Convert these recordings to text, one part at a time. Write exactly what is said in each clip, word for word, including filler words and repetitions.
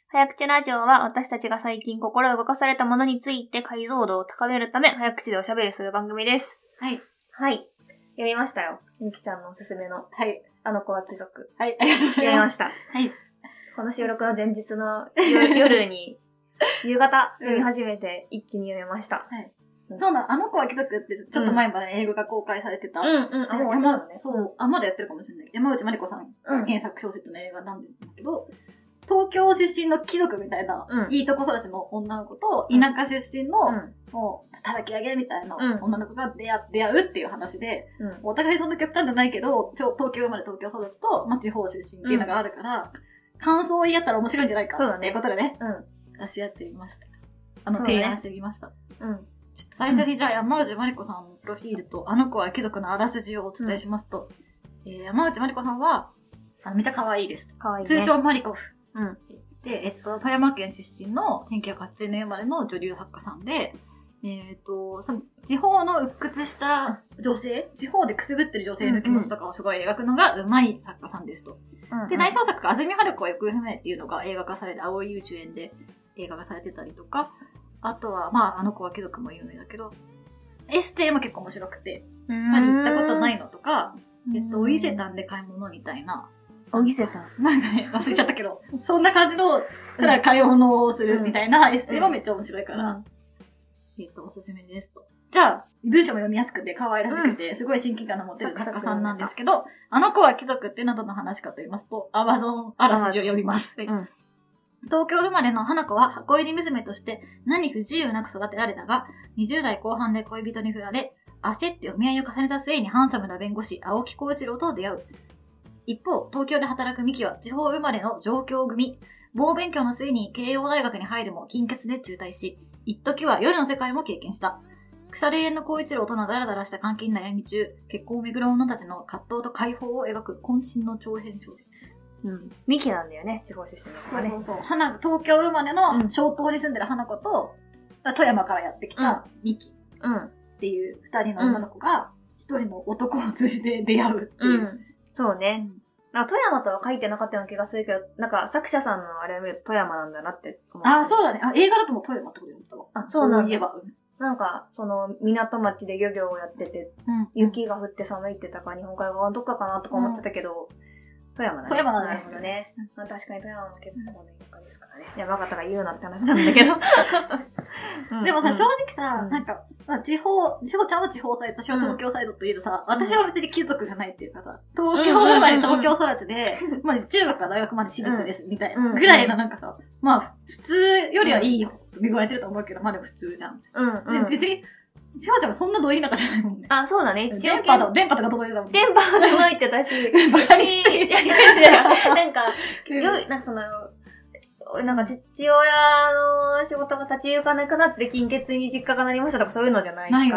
早口ラジオは私たちが最近心を動かされたものについて解像度を高めるため早口でおしゃべりする番組です。 はい。 はい。読みましたよ。みきちゃんのおすすめの。 はい。 あの子は貴族。 はい。ありがとうございます。 読みました。 はい。 この収録の前日の夜に、夕方読み始めて一気に読みました。 はい。そうなの、あの子は貴族ってちょっと前まで英語が公開されてた。 うんうん。あ、もう山、ね、そう、あ、まだやってるかもしれない。山内まりこさんが原作小説の映画なんですけど、うん、東京出身の貴族みたいな、うん、いいとこ育ちの女の子と、田舎出身の、うん、もう、叩き上げみたいな女の子が出会、出会うっていう話で、うん、お互いそんな極端じゃないけど、東京生まれ東京育ちと、まあ、地方出身っていうのがあるから、うん、感想を言い合ったら面白いんじゃないかっていうことでね、うん、出し合ってみました。あの、提案してみました。うん。ちょっと最初にじゃあ山内まりこさんのプロフィールと、あの子は貴族のあらすじをお伝えしますと、うん、えー、山内まりこさんは、あの、めっちゃ可愛いです。 可愛いね。 通称マリコフ。うん。で、えっと、富山県出身のせんきゅうひゃくはちじゅうねん生まれの女流作家さんで、えっと、その、地方の鬱屈した女性、地方でくすぶってる女性の気持ちとかをすごい描くのが上手い作家さんですと。うんうん、で、代表作が安住春子は行方不明っていうのが映画化されて、青井優主演で映画化されてたりとか、あとは、まあ、あの子は貴族も有名だけど、エステイも結構面白くて、まだ行ったことないのとか、えっと、伊勢丹で買い物みたいな。 お伊勢丹なんかね、忘れちゃったけど、そんな感じの、ただ買い物をするみたいなエステイもめっちゃ面白いから、うん、えっと、おすすめですと。じゃあ、文章も読みやすくて可愛らしくて、すごい親近感の持ってる作家さんなんですけど、あの子は貴族って何の話かと言いますと、アマゾンあらすじを読みます。うん、東京生まれの花子は箱入り娘として何不自由なく育てられたが、にじゅう代後半で恋人に振られ、焦ってお見合いを重ねた末にハンサムな弁護士、青木浩一郎と出会う。一方、東京で働くミキは地方生まれの上京組。猛勉強の末に慶応大学に入るも金欠で中退し、一時は夜の世界も経験した。腐れ縁の浩一郎とのダラダラした関係に悩み中、結婚をめぐる女たちの葛藤と解放を描く渾身の長編小説。 うん。ミキなんだよね、地方出身の子がね。 そうそうそう。花、東京生まれの小東に住んでる花子と、うん、富山からやってきたミキ。うん。っていう二人の女の子が、一人の男を通じて出会うっていう。うん、 そうね。うん、なんか富山とは書いてなかったような気がするけど、なんか作者さんのあれを見ると富山なんだなって思う。 ああ、そうだね。あ、映画だとも富山ってことだったわ。 あ、そうなんだ。 そういえば。 なんか、その、港町で漁業をやってて、うん、雪が降って寒いってたから日本海側どっかかなとか思ってたけど、うん、富山だね。 富山だね。 なるほどね。まあ、確かに富山も結構ね、田舎ですからね。山形が言うなって話なんだけど。 でもさ、正直さ、うん、なんか、まあ、地方、地方ちゃんは地方サイド、私は東京サイドと言うとさ、うん、私は別に貴族じゃないっていうかさ、東京生まれ東京育ちで、まあ中学から大学まで私立です、みたいなぐらいのなんかさ、まあ普通よりはいいよ、見られてると思うけど、まあでも普通じゃん。うん、うん。で別に、しほちゃんもそんなどい田舎じゃないもんね。 あ、そうだね。 電波だ、電波とか届いてたもん。 電波が届いてたし、バカにしてる。なんか、なんかその、なんか父親の仕事が立ち行かなくなって金欠に実家がなりましたとかそういうのじゃないから、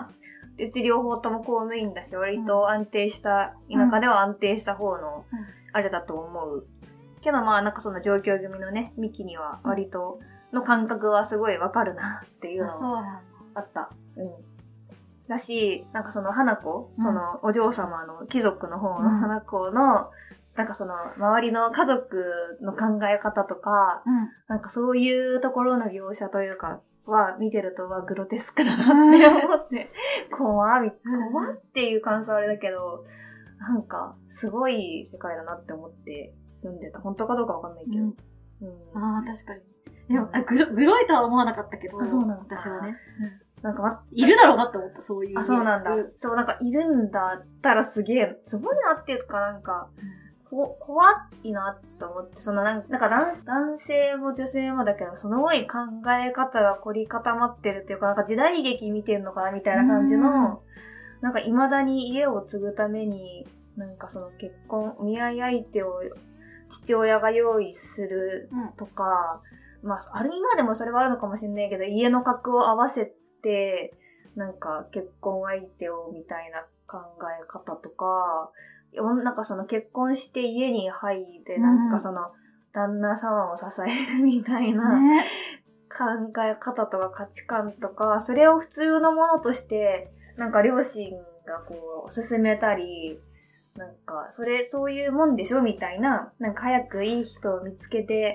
ね、うち両方とも公務員だし、割と安定した、うん、田舎では安定した方のあれだと思う。うん、けどまあなんかその上京組のね、ミキには割との感覚はすごいわかるなっていうのがあった。うん。だし、なんかその花子、うん、そのお嬢様の貴族の方の花子の、うんなんかその、周りの家族の考え方とか、うん、なんかそういうところの描写というか、は見てるとはグロテスクだなって思って、怖い、怖っていう感想あれだけど、なんか、すごい世界だなって思って読んでた。本当かどうかわかんないけど。うんうん、ああ、確かに。でも、あグロ、グロいとは思わなかったけど、 あ、そうなんだ。 私はね。 うん、なんか、ま、 いるだろうなって思った、そういう。 あ、そうなんだ。そう、なんかいるんだったらすげえ、すごいなっていうかなんか、うんこ、怖いなと思って、そのなんか男性も女性もだけど、その多い考え方が凝り固まってるっていうか、なんか時代劇見てるのかなみたいな感じの、なんか未だに家を継ぐために、なんかその結婚、お見合い相手を父親が用意するとか、うん、まあ、ある今でもそれはあるのかもしれないけど、家の格を合わせて、なんか結婚相手をみたいな考え方とか、なんかその結婚して家に入ってなんかその旦那様を支えるみたいな考え方とか価値観とか、それを普通のものとしてなんか両親がこう勧めたり、なんかそれそういうもんでしょみたいな、なんか早くいい人を見つけて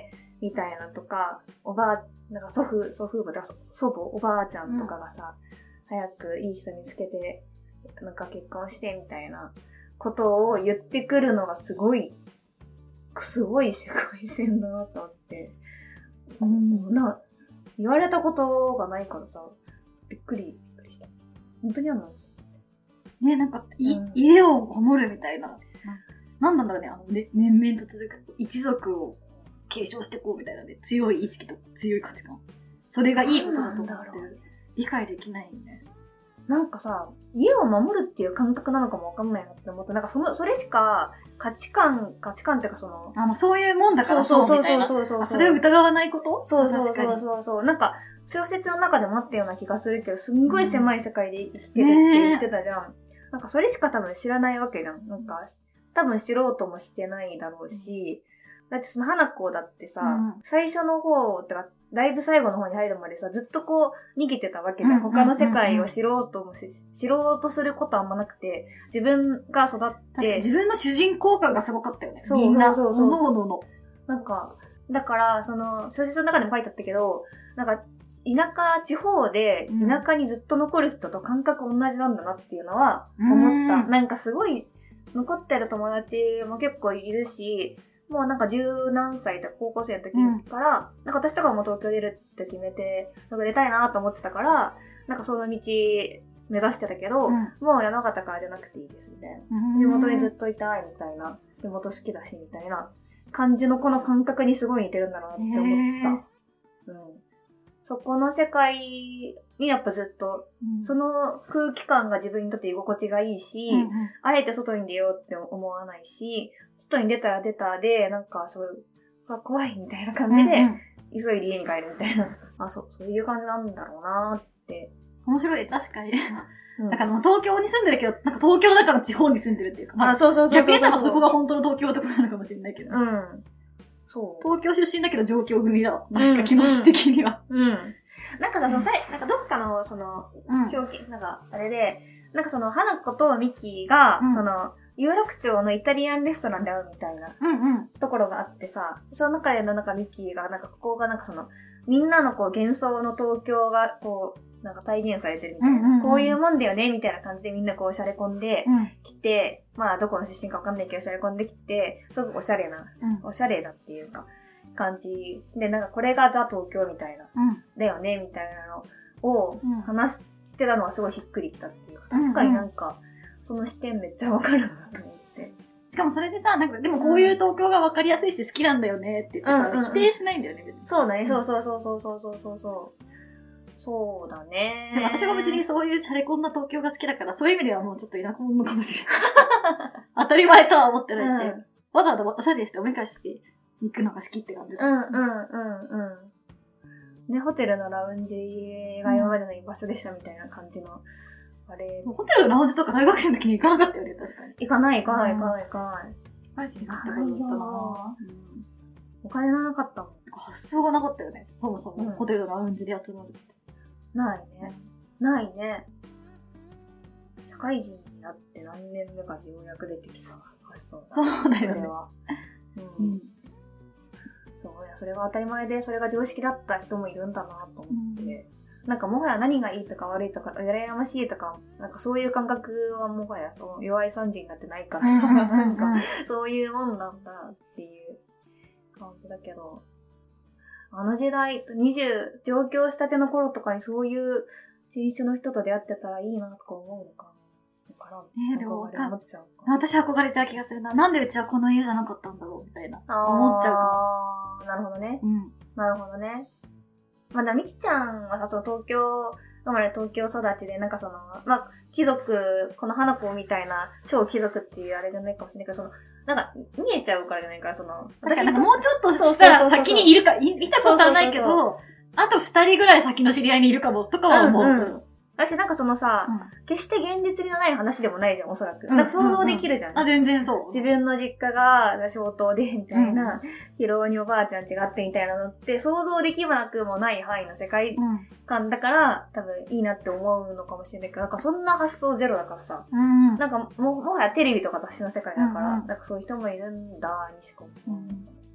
みたいなとか、おばあ、なんか祖父、祖父母だ、祖母、おばあちゃんとかがさ、うん、早くいい人見つけて、なんか結婚してみたいなことを言ってくるのがすごい、すごい世界線だなと思って、うん、な、言われたことがないからさ、びっくり、びっくりした。本当にあんの？ ね、なんか、い、うん、家を守るみたいな。な、なんなんだろうね、あの、ね、面々と続く一族を継承していこうみたいなね、強い意識と強い価値観。それがいいことだと思ってる。理解できないよね。 なんかさ、家を守るっていう感覚なのかもわかんないなって思って、なんかその、それしか価値観、価値観っていうかその、 あの、そういうもんだからそうみたいな。 そうそうそうそうそう。 それを疑わないこと？ そうそうそうそうそう。なんか、小説の中でもあったような気がするけど、すんごい狭い世界で生きてるって言ってたじゃん。なんかそれしか多分知らないわけじゃん。なんか、多分知ろうともしてないだろうし、だってその花子だってさ、うん、最初の方、てか、だいぶ最後の方に入るまでさ、ずっとこう、逃げてたわけじゃん。他の世界を知ろうともし、知ろうとすることはあんまなくて、自分が育って。 自分の主人公感がすごかったよね。そうみんな、そうそうそう。おのおのの。 なんか、だから、その、小説の中でも書いてあったけど、なんか、田舎、地方で、田舎にずっと残る人と感覚同じなんだなっていうのは思った。うん、なんかすごい、残ってる友達も結構いるし、もうなんか十何歳とか高校生の時から、うん、なんか私とかも東京出るって決めて、なんか出たいなと思ってたから、なんかその道目指してたけど、うん、もう山形からじゃなくていいですみたいな。地元にずっといたいみたいな。地元好きだしみたいな感じのこの感覚にすごい似てるんだなって思った。うん。そこの世界にやっぱずっと、うん、その空気感が自分にとって居心地がいいし、うんうん、あえて外に出ようって思わないし、外に出たら出たで、なんかそういう、あ、怖いみたいな感じで、うんうん、急いで家に帰るみたいな。あ、そう、そういう感じなんだろうなーって。 面白い、確かに。うん、なんかもう東京に住んでるけど、なんか東京だから地方に住んでるっていうか。まあ、 あ、そうそうそうそうそう。 逆に言ったらそこが本当の東京ってことなのかもしれないけど。 うん。そう。 東京出身だけど上京組だわ。なんか気持ち的には。 うん。うん、なんかさ、その際、なんかどっかの、その、表記、うん、なんか、あれで、なんかその、花子とミキが、うん、その、有楽町のイタリアンレストランで会うみたいな、ところがあってさ、その中でのなんかミキが、なんかここがなんかその、みんなのこう幻想の東京がこう、なんか体現されてるみたいな、うんうんうん、こういうもんだよね、みたいな感じでみんなこう、しゃれ込んできて、うん、まあ、どこの出身かわかんないけど、しゃれ込んできて、すごくおしゃれな、うん、おしゃれだっていうか、感じで、なんかこれがザ東京みたいな、うん、だよね、みたいなのを話してたのはすごいしっくりきたっていうか、確かになんか、その視点めっちゃわかるなと思って。 しかもそれでさ、なんかでもこういう東京がわかりやすいし好きなんだよねって言ってさ、うんうんうん、否定しないんだよね、別に。 そうだね、そうそうそうそうそうそうそうそう。そうだね。 でも私が別にそういうシャレコンな東京が好きだから、そういう意味ではもうちょっと田舎者かもしれない。当たり前とは思ってないって、うん、わざわざおしゃれしておめかしして行くのが好きって感じだ。 うんうんうんうん。ね、ホテルのラウンジが今までの居場所でしたみたいな感じの。あれ。 ホテルのラウンジとか大学生の時に行かなかったよね、確かに。 行かない、行かない、行かない、行かない。 マジで行かないよ。 お金なかったもん。 発想がなかったよね。そもそも、うん、ホテルのラウンジで集まるって。 ないね。ないね。社会人になって何年目かでようやく出てきた発想だ。 そうだよね。 それは。うん。うん、そうや、それが当たり前で、それが常識だった人もいるんだなと思って。うん、なんかもはや何がいいとか悪いとか、羨ましいとか、なんかそういう感覚はもはやその弱いさんじになってないからさ、なんかそういうもんなんだっていう感じだけど、あの時代、にじゅう上京したての頃とかにそういう人種の人と出会ってたらいいなとか思うのかな。だから、ね、でも思っちゃうか。 私憧れちゃう気がするな。なんでうちはこの家じゃなかったんだろうみたいな。思っちゃうかも。なるほどね。うん。なるほどね。まだみきちゃんはさ、その東京、生まれ東京育ちで、なんかその、まあ、貴族、この花子みたいな超貴族っていうあれじゃないかもしれないけど、その、なんか、見えちゃうからじゃないから、その、 私なんかもうちょっとしたら先にいるか、見たことはないけど、あと二人ぐらい先の知り合いにいるかも、とかは思う。うんうん、 私なんかそのさ、うん、決して現実味のない話でもないじゃん、おそらく。なんか想像できるじゃん。 うんうんうん、あ、全然そう。 自分の実家が小東で、みたいな、広尾におばあちゃん違ってみたいなのって、想像できなくもない範囲の世界観だから、多分いいなって思うのかもしれないけど、なんかそんな発想ゼロだからさ、うん、なんかも、もはやテレビとか雑誌の世界だから、うんうん、なんかそういう人もいるんだ、にしか思う。 うん、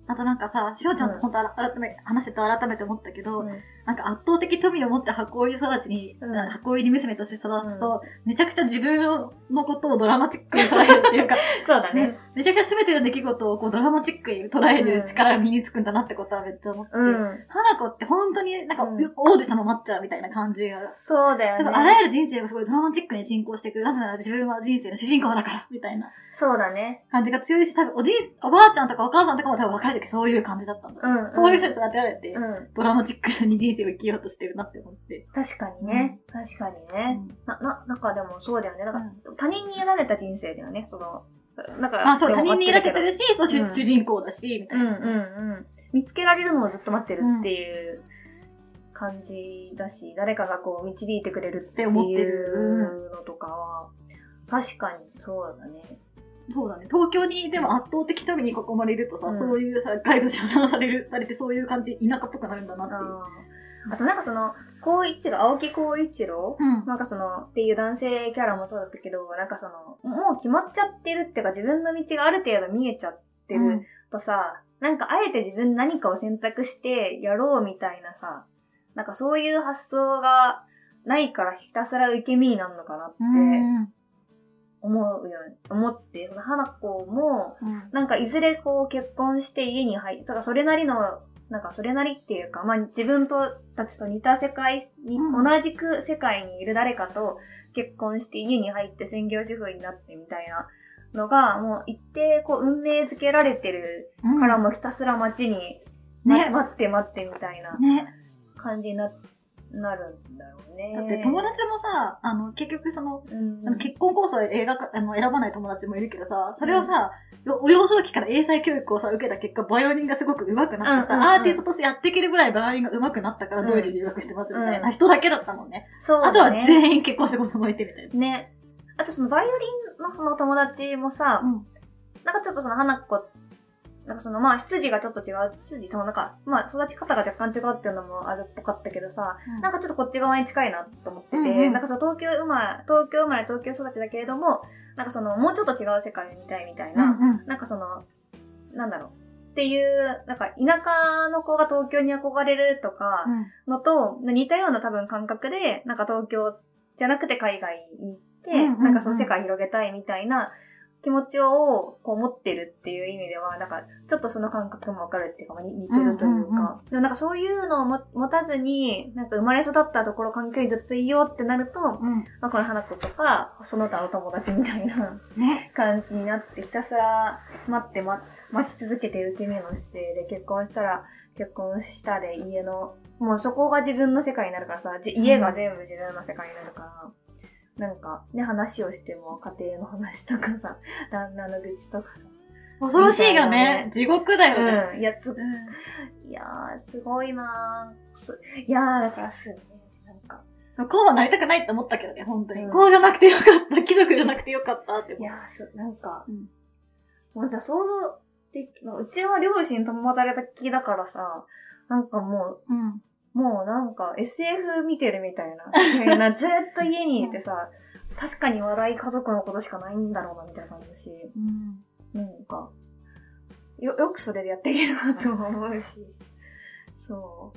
あとなんかさ、しおちゃんと本当改め、話してて改めて思ったけど、 うん、 なんか圧倒的富を持って箱入り育ちに、うん、箱入り娘として育つと、うん、めちゃくちゃ自分のことをドラマチックに捉えるっていうか、 そうだね。 めちゃくちゃ全ての出来事をこうドラマチックに捉える力が身につくんだなってことはめっちゃ思って、うん、花子って本当になんか、うん、王子様待っちゃうみたいな感じが。 そうだよね。 あらゆる人生がすごいドラマチックに進行していく。なぜなら自分は人生の主人公だから、みたいな。 そうだね。 感じが強いし、多分おじい、おばあちゃんとかお母さんとかも多分若い時そういう感じだったんだ。うんうん、そういう人に育てられて、うん、ドラマチックに人生を生きようとしてるなって思って。 確かにね。うん、確かにね。うん、な、な、なんかでもそうだよね。なんか、うん、他人に選れた人生だよね。その、なんか、 あ、そう、他人に選べてるし、そう、うん、主人公だし、みたいな。うんうんうん。見つけられるのをずっと待ってるっていう感じだし、うん、誰かがこう導いてくれるっていうのとかは、確かにそうだね。 そうだね。東京にでも圧倒的富に囲まれるとさ、うん、そういうさ、ガイド遮断される、されてそういう感じ、田舎っぽくなるんだなっていう。 あ, あとなんかその、光一郎、青木光一郎、うん、なんかその、っていう男性キャラもそうだったけど、なんかその、もう決まっちゃってるっていうか自分の道がある程度見えちゃってるとさ、うん、なんかあえて自分何かを選択してやろうみたいなさ、なんかそういう発想がないからひたすら受け身になるのかなって、うん思うよ、思って、その花子も、うん、なんかいずれこう結婚して家に入って、だからそれなりの、なんかそれなりっていうか、まあ自分とたちと似た世界に、うん、同じく世界にいる誰かと結婚して家に入って専業主婦になってみたいなのが、もう一定こう運命づけられてるからもひたすら街に、うんね、待って待ってみたいな感じになって、なるんだろうね。 だって友達もさ、あの、結局その、うん、あの結婚コースを映画あの選ばない友達もいるけどさ、それをさ、うん、お幼少期から英才教育をさ、受けた結果、バイオリンがすごく上手くなってさ、うんうんうん、アーティストとしてやっていけるぐらいバイオリンが上手くなったから、ドイツに留学してますみたいな人だけだったもんね。うん、そうだね。あとは全員結婚して子供いてみたいな。 ね。あとそのバイオリンのその友達もさ、うん、なんかちょっとその花子なんかそのまあ、出自がちょっと違う。出自、そのなんか、まあ、育ち方が若干違うっていうのもあるっぽかったけどさ、うん、なんかちょっとこっち側に近いなと思ってて、うんうん、なんかその東京生まれ、東京生まれ東京育ちだけれども、なんかそのもうちょっと違う世界を見たいみたいな、うんうん、なんかその、なんだろう。っていう、なんか田舎の子が東京に憧れるとかのと、うん、似たような多分感覚で、なんか東京じゃなくて海外に行って、うんうんうん、なんかその世界広げたいみたいな、気持ちをこう持ってるっていう意味では、なんかちょっとその感覚もわかるっていうか、似てるというか、うんうんうん、でもなんかそういうのをも持たずに、なんか生まれ育ったところ環境にずっといようってなると、うん、まあ、この花子とか、その他の友達みたいな、ね、感じになって、ひたすら待って、ま、待ち続けて受け身の姿勢で結婚したら、結婚したで家の、もうそこが自分の世界になるからさ、家が全部自分の世界になるから、うんなんか、ね、話をしても、家庭の話とかさ、旦那の愚痴とかさ。 恐ろしいよね。地獄だよね。 うん。いや、つ、うん、いやー、すごいなー。すいやー、だからす、なんか。 こうはなりたくないって思ったけどね、本当に。うん、こうじゃなくてよかった。貴族じゃなくてよかったって思う。いやー、す、なんか、うん、もうじゃあ想像でき、うちは両親共働きだからさ、なんかもう、うんもうなんか エスエフ 見てるみたいな。なずっと家にいてさ、確かに話題家族のことしかないんだろうなみたいな感じだし、うん、なんかよ、よくそれでやっていけるなと思うし、そう。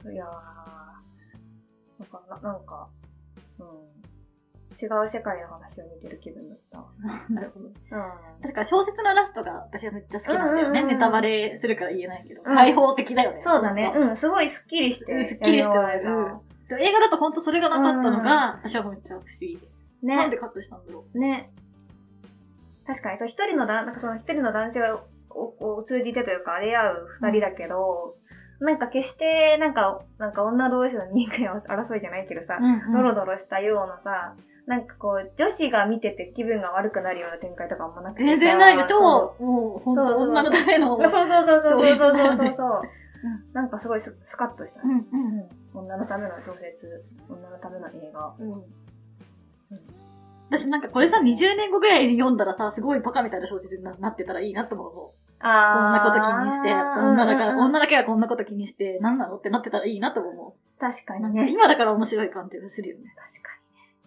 いやー、なんか、ななんか、うん。違う世界の話を見てる気分だった。 なるほど。うん。確か小説のラストが私はめっちゃ好きなんだよね。うんうんうん、ネタバレするから言えないけど。うん、開放的だよね。 そうだね。うん。すごいスッキリして。 スッキリしてる。うん。映画だと本当それがなかったのが、私はめっちゃ不思議で。ね。なんでカットしたんだろう。 ね。確かに、そう、一人のだ、なんかその一人の男性を通じてというか、出会う二人だけど、うん、なんか決して、なんか、なんか女同士の人間争いじゃないけどさ、うんうん、ドロドロしたようなさ、なんかこう、女子が見てて気分が悪くなるような展開とかあんまなくて。 全然ないよ。超、もう、ほんと女のための。 そうそうそうそうそうそうそうそう。なんかすごいス, スカッとした、ねうんうんうん。女のための小説、女のための映画。うんうん、 私なんかこれさ、にじゅうねんごぐらいに読んだらさ、すごいバカみたいな小説に な, なってたらいいなと思う。あこんなこと気にして、女だから、うんうん、女だけがこんなこと気にして、何なのってなってたらいいなと思う。 確かにね。 今だから面白い感じがするよね。 確かに。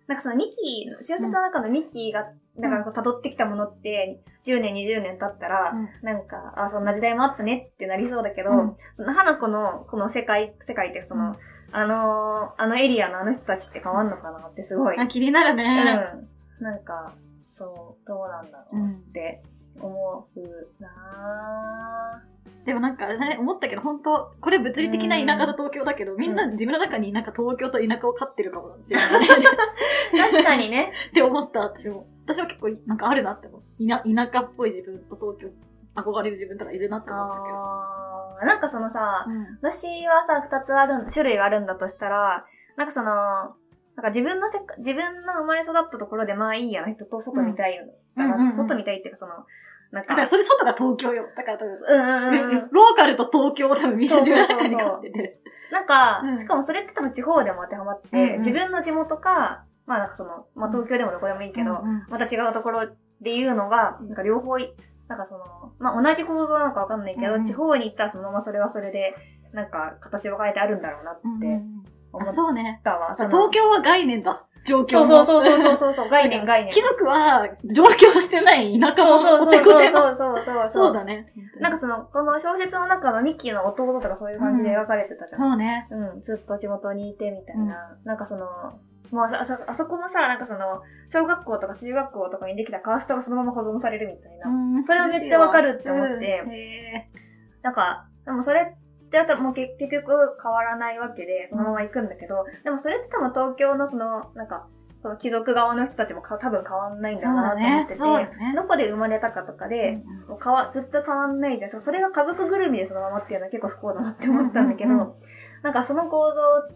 なんかそのミキー、小説の中のミキーが、だからこう辿ってきたものって、じゅうねん、にじゅうねん経ったら、うん、なんか、あ、そんな時代もあったねってなりそうだけど、うん、その花子のこの世界、世界ってその、うん、あのー、あのエリアのあの人たちって変わんのかなってすごい。 あ、気になるね。 うん。なんか、そう、どうなんだろうって思うなぁ。 でもなんかあれだね、思ったけど、本当これ物理的な田舎と東京だけど、うん、みんな自分の中になんか東京と田舎を飼ってるかもしれないね。 確かにね。 って思った、私も。私は結構なんかあるなって思う。田田舎っぽい自分と東京、憧れる自分とかいるなって思ったけど。 あー、なんかそのさ、うん、私はさ、二つある、種類があるんだとしたら、なんかその、なんか自分のせか、自分の生まれ育ったところでまあいいやな人と外見たいよ、うんうんうんうん。外見たいっていうかその、なんか。 だからそれ外が東京よ。だから多分、 うんうんうん、 ローカルと東京を多分見せ自分の中に買ってて。 なんか、うん、しかもそれって多分地方でも当てはまって、うんうん、自分の地元か、まあなんかその、まあ東京でもどこでもいいけど、うんうん、また違うところで言うのが、なんか両方、なんかその、まあ同じ構造なのかわかんないけど、うんうん、地方に行ったらそのままそれはそれで、なんか形を変えてあるんだろうなって思ったわ。うんうん、 あ、そうね。 そ東京は概念だ。状況そうそうそうそうそうそう、概念概念。 貴族は上京してない田舎のそうそうそうそうそうそう。 そうだね。 なんかその、この小説の中のミッキーの弟とかそういう感じで描かれてたじゃん。 うん、そうね。 うん、ずっと地元にいてみたいな。うん、なんかその、もうあそ、あそこもさ、なんかその、小学校とか中学校とかにできたカーストがそのまま保存されるみたいな。うん、それはめっちゃわかるって思って。うん、へー。なんか、でもそれってあともう結局変わらないわけで、そのまま行くんだけど、でもそれって多分東京のその、なんか、その貴族側の人たちもか多分変わんないんだなと思ってて、ねね、どこで生まれたかとかで、うんうん、もう変わずっと変わんないじゃん。それが家族ぐるみでそのままっていうのは結構不幸だなって思ったんだけど、うんうんうん、なんかその構造って、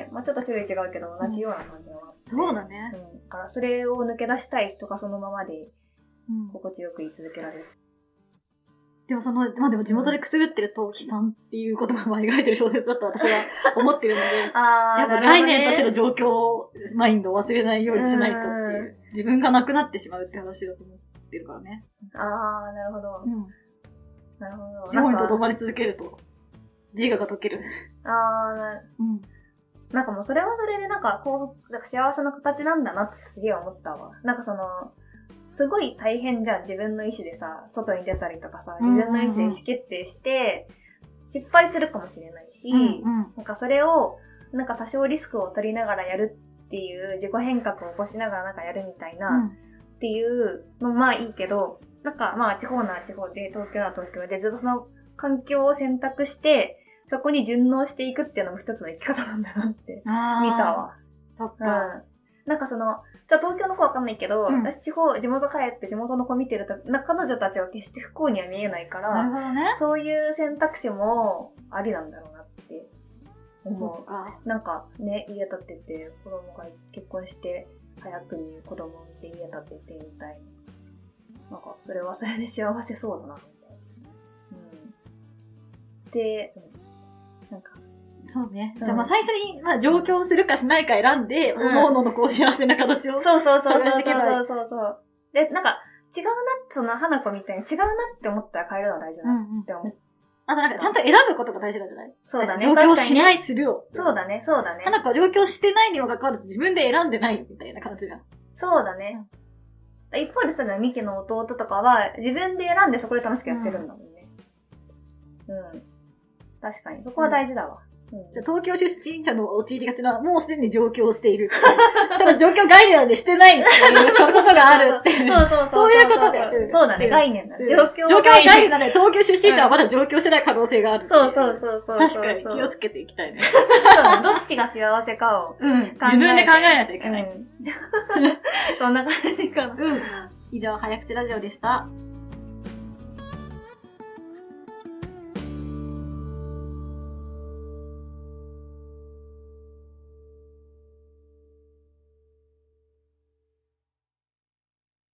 まあ、ちょっと種類違うけど同じような感じがあって、 うん、そうだね。 うん。だからそれを抜け出したい人がそのままで心地よく言い続けられる。 でもその、まあでも地元でくすぐってると悲惨っていう言葉を描いてる小説だと私は思ってるので、あやっぱ概念としての状況、マインドを忘れないようにしないとっていう、自分がなくなってしまうって話だと思ってるからね。 ああ、なるほど。うん。なるほど。 地方にとどまり続けると、自我が解ける。 ああ、なる。うん。なんかもうそれはそれでなんか幸福、なんか幸せな形なんだなってすげえ思ったわ。なんかその、すごい大変じゃん。自分の意思でさ、外に出たりとかさ、自分の意思で意思決定して、失敗するかもしれないし、うんうん、なんかそれを、なんか多少リスクを取りながらやるっていう自己変革を起こしながらなんかやるみたいな、うん、っていうのまあいいけど、なんかまあ地方なら地方で、東京なら東京でずっとその環境を選択して、そこに順応していくっていうのも一つの生き方なんだなって見たわ。 そっか。 うんなんかその、じゃあ東京の子わかんないけど、うん、私地方、地元帰って地元の子見てると、な彼女たちは決して不幸には見えないから、 なるほどね、 そういう選択肢もありなんだろうなって思う。 かなんかね、家建てて、子供が結婚して、早くに子供産んで家建ててみたいな。なんか、それはそれで幸せそうだな、みたいな。うん。で、なんか、 そうね。じゃあまあ最初に、まあ上京するかしないか選んで、うん、各々のこう幸せな形をそうそうそうそうそうそうそう。で、なんか、違うな、その花子みたいに違うなって思ったら変えるのは大事だなって思う。うんうん、 あとなんかちゃんと選ぶことが大事なんじゃない？ そうだね。 上京しないするを。 そうだね、そうだね。 花子は上京してないにもかかわらず自分で選んでないみたいな感じじゃん。 そうだね。うん、一方でさ、ミキの弟とかは自分で選んでそこで楽しくやってるんだもんね。うん。うん、確かに。そこは大事だわ。うんじゃあ東京出身者の陥りがちな、もうすでに上京している。ただ状況概念なんでしてないっていうことがあるって。 そうそうそう。 そういうことで。 そうだね、概念だね。状況状況概念だね。東京出身者はまだ上京してない可能性がある。 そうそうそうそう。 確かに気をつけていきたいね。 そうどっちが幸せかを考えて。 うん。自分で考えないといけない。 そんな感じかな。 うん。以上、早口ラジオでした。